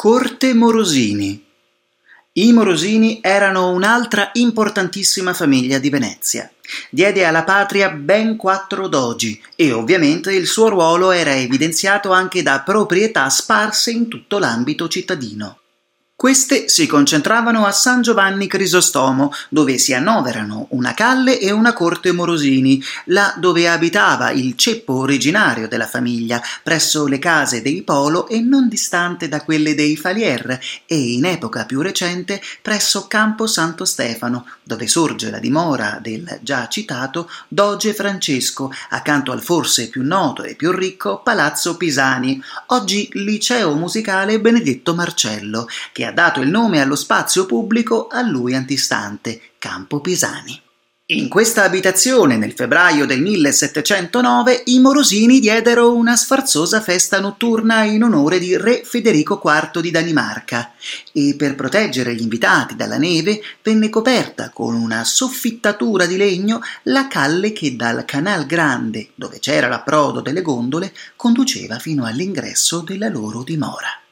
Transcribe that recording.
Corte Morosini. I Morosini erano un'altra importantissima famiglia di Venezia. Diede alla patria ben 4 dogi e ovviamente il suo ruolo era evidenziato anche da proprietà sparse in tutto l'ambito cittadino. Queste si concentravano a San Giovanni Crisostomo, dove si annoverano una calle e una corte Morosini, là dove abitava il ceppo originario della famiglia, presso le case dei Polo e non distante da quelle dei Falier, e in epoca più recente presso Campo Santo Stefano, dove sorge la dimora del già citato doge Francesco, accanto al forse più noto e più ricco Palazzo Pisani, oggi Liceo Musicale Benedetto Marcello, che ha dato il nome allo spazio pubblico a lui antistante, Campo Pisani. In questa abitazione, nel febbraio del 1709, i Morosini diedero una sfarzosa festa notturna in onore di re Federico IV di Danimarca e per proteggere gli invitati dalla neve venne coperta con una soffittatura di legno la calle che dal Canal Grande, dove c'era l'approdo delle gondole, conduceva fino all'ingresso della loro dimora.